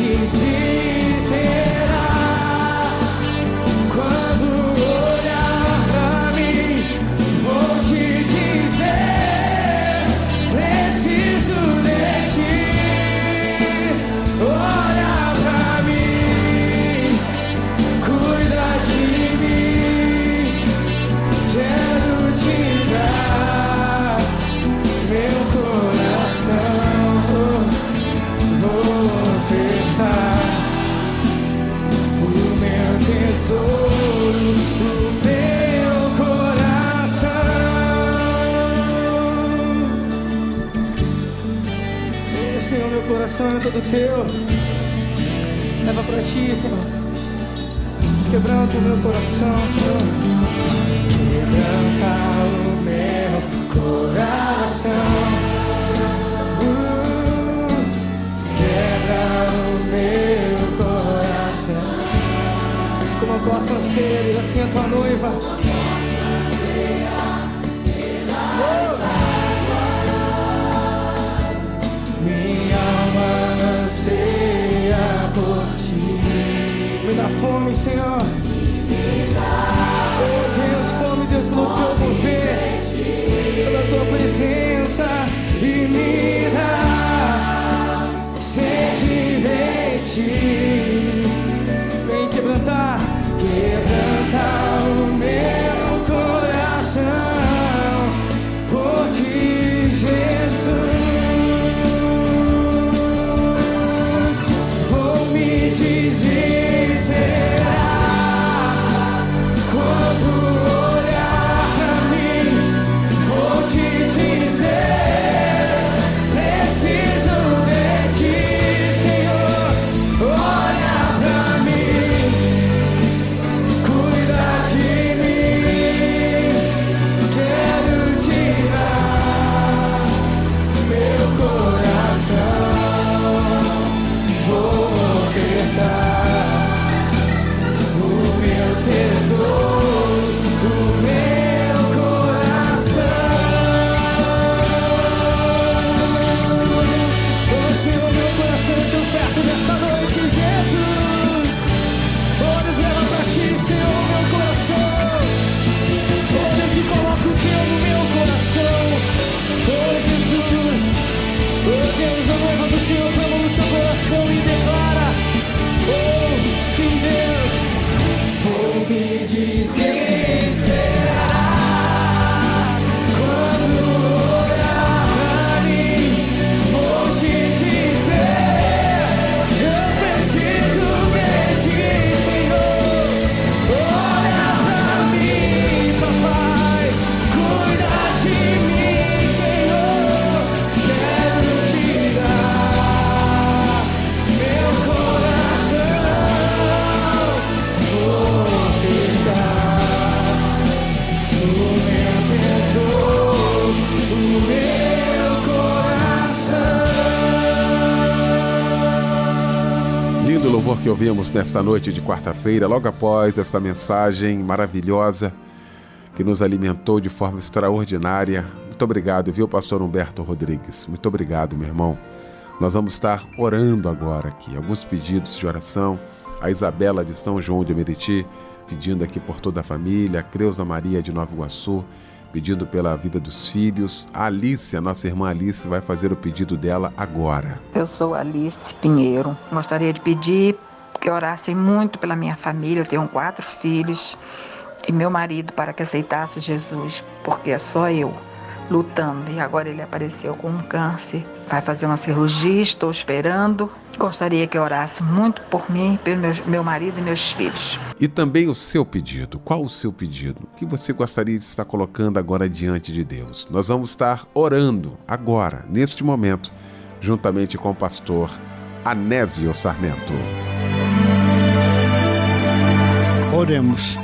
desesperar quando olhar pra mim. Vou te dizer, preciso de ti. Olha pra mim, cuida de mim. Quero te dar meu coração. Vou ofertar o meu tesouro, o meu coração. Ei, Senhor, meu coração é todo teu. Leva pra ti, Senhor. Quebranta o meu coração, Senhor. Quebranta o meu coração. Quebra o meu coração, como eu posso ansear, assim a tua noiva. Minha alma anseia por ti. Me dá fome, Senhor. Oh Deus, fome, Deus, pelo teu mover, pela tua presença, e me dá sede de ti. Vem quebrantar, quebrantar o meu coração por ti, Jesus. Vou me desesperar quando olhar pra mim. Vou te dizer, preciso de ti, Senhor. Olha pra mim, cuida de mim. Quero te dar meu coração. Vou ofertar o meu tesouro, o meu coração. Oh Senhor, meu coração eu te oferto nesta noite, Jesus. Oh Deus, leva pra ti, Senhor, meu coração. Oh Deus, e coloca o teu no meu coração. Oh Jesus, oh Deus, a noiva do Senhor clama no seu coração e declara: oh sim, Deus, vou me desesperar quando olhar pra mim. Vou te dizer, eu preciso de ti, Senhor. Olha pra mim, papai, cuida de mim, Senhor. Quero te dar meu coração. Vou ofertar o meu tesouro, o meu coração. Lindo louvor que ouvimos nesta noite de quarta-feira, logo após esta mensagem maravilhosa que nos alimentou de forma extraordinária. Muito obrigado, viu, pastor Humberto Rodrigues? Muito obrigado, meu irmão. Nós vamos estar orando agora aqui. Alguns pedidos de oração. A Isabela de São João de Meriti, pedindo aqui por toda a família. A Creuza Maria de Nova Iguaçu, pedindo pela vida dos filhos. A Alice, a nossa irmã Alice, vai fazer o pedido dela agora. Eu sou Alice Pinheiro. Gostaria de pedir que orassem muito pela minha família. Eu tenho quatro filhos e meu marido para que aceitasse Jesus, porque é só eu lutando. E agora ele apareceu com um câncer. Vai fazer uma cirurgia, estou esperando. Gostaria que orasse muito por mim, pelo meu, meu marido e meus filhos. E também o seu pedido. Qual o seu pedido? O que você gostaria de estar colocando agora diante de Deus? Nós vamos estar orando agora, neste momento, juntamente com o pastor Anésio Sarmento. Oremos.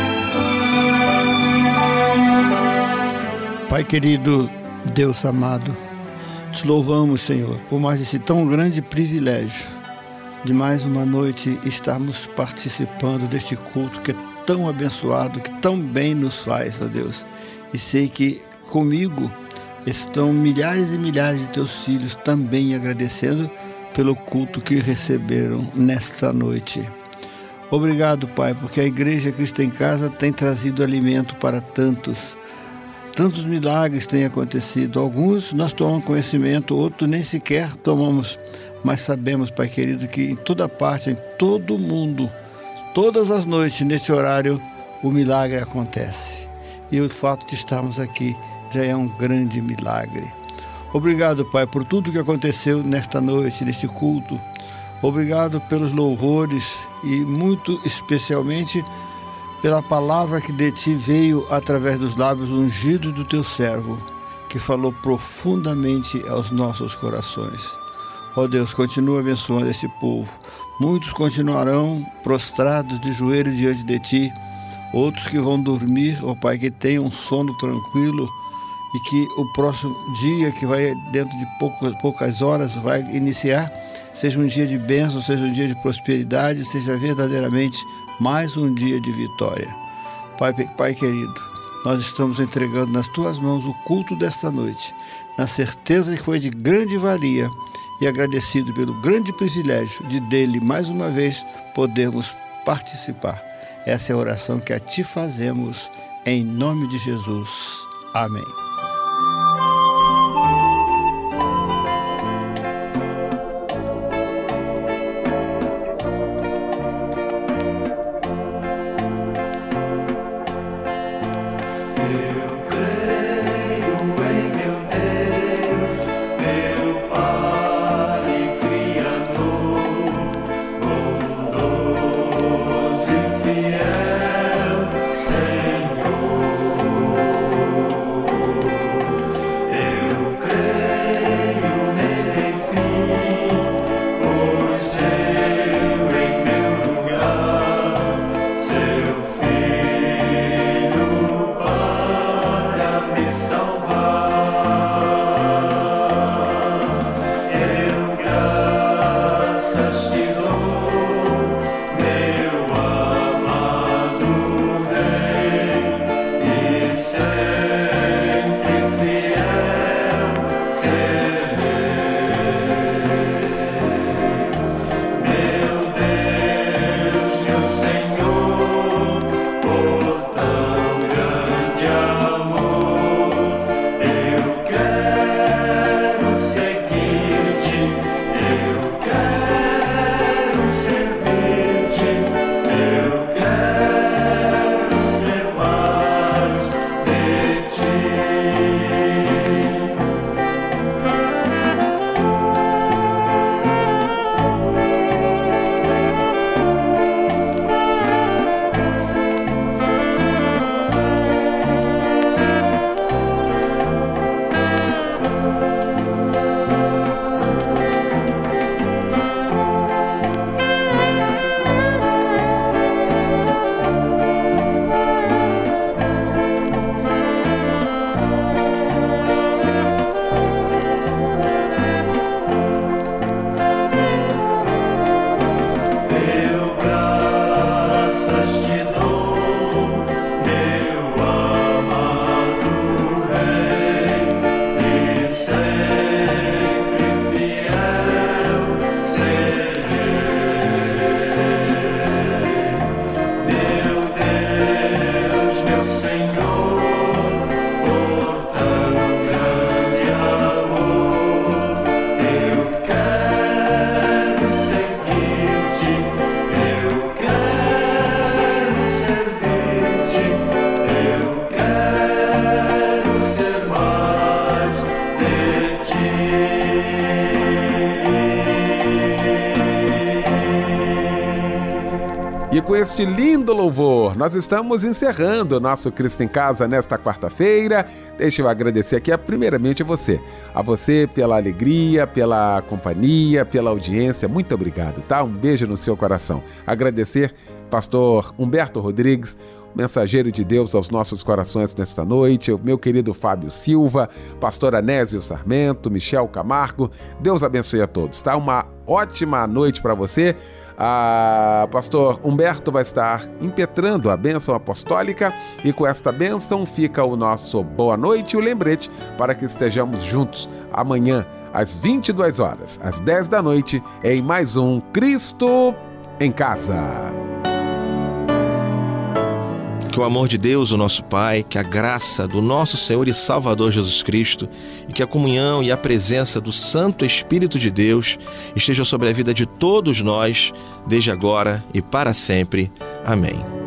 Pai querido, Deus amado, te louvamos, Senhor, por mais esse tão grande privilégio de mais uma noite estarmos participando deste culto que é tão abençoado, que tão bem nos faz, ó Deus. E sei que comigo estão milhares e milhares de teus filhos também agradecendo pelo culto que receberam nesta noite. Obrigado, Pai, porque a Igreja Cristo em Casa tem trazido alimento para tantos. Tantos milagres têm acontecido. Alguns nós tomamos conhecimento, outros nem sequer tomamos. Mas sabemos, Pai querido, que em toda parte, em todo o mundo, todas as noites, neste horário, o milagre acontece. E o fato de estarmos aqui já é um grande milagre. Obrigado, Pai, por tudo que aconteceu nesta noite, neste culto. Obrigado pelos louvores e muito especialmente pela palavra que de ti veio através dos lábios ungidos do teu servo, que falou profundamente aos nossos corações. Ó Deus, continua abençoando esse povo. Muitos continuarão prostrados de joelhos diante de ti, outros que vão dormir, ó Pai, que tenham um sono tranquilo e que o próximo dia, que vai dentro de poucas, poucas horas, vai iniciar, seja um dia de bênção, seja um dia de prosperidade, seja verdadeiramente mais um dia de vitória. Pai, Pai querido, nós estamos entregando nas tuas mãos o culto desta noite, na certeza de que foi de grande valia e agradecido pelo grande privilégio de dele, mais uma vez, podermos participar. Essa é a oração que a ti fazemos, em nome de Jesus. Amém. Senhor. E com este lindo louvor, nós estamos encerrando o nosso Cristo em Casa nesta quarta-feira. Deixa eu agradecer aqui, primeiramente, a você. A você pela alegria, pela companhia, pela audiência. Muito obrigado, tá? Um beijo no seu coração. Agradecer pastor Humberto Rodrigues, mensageiro de Deus aos nossos corações nesta noite, o meu querido Fábio Silva, pastor Anésio Sarmento, Michel Camargo. Deus abençoe a todos, tá? Uma ótima noite para você. A pastor Humberto vai estar impetrando a bênção apostólica e com esta bênção fica o nosso boa noite e o lembrete para que estejamos juntos amanhã às vinte e duas horas, às dez da noite, em mais um Cristo em Casa. Que o amor de Deus, o nosso Pai, que a graça do nosso Senhor e Salvador Jesus Cristo e que a comunhão e a presença do Santo Espírito de Deus estejam sobre a vida de todos nós, desde agora e para sempre. Amém.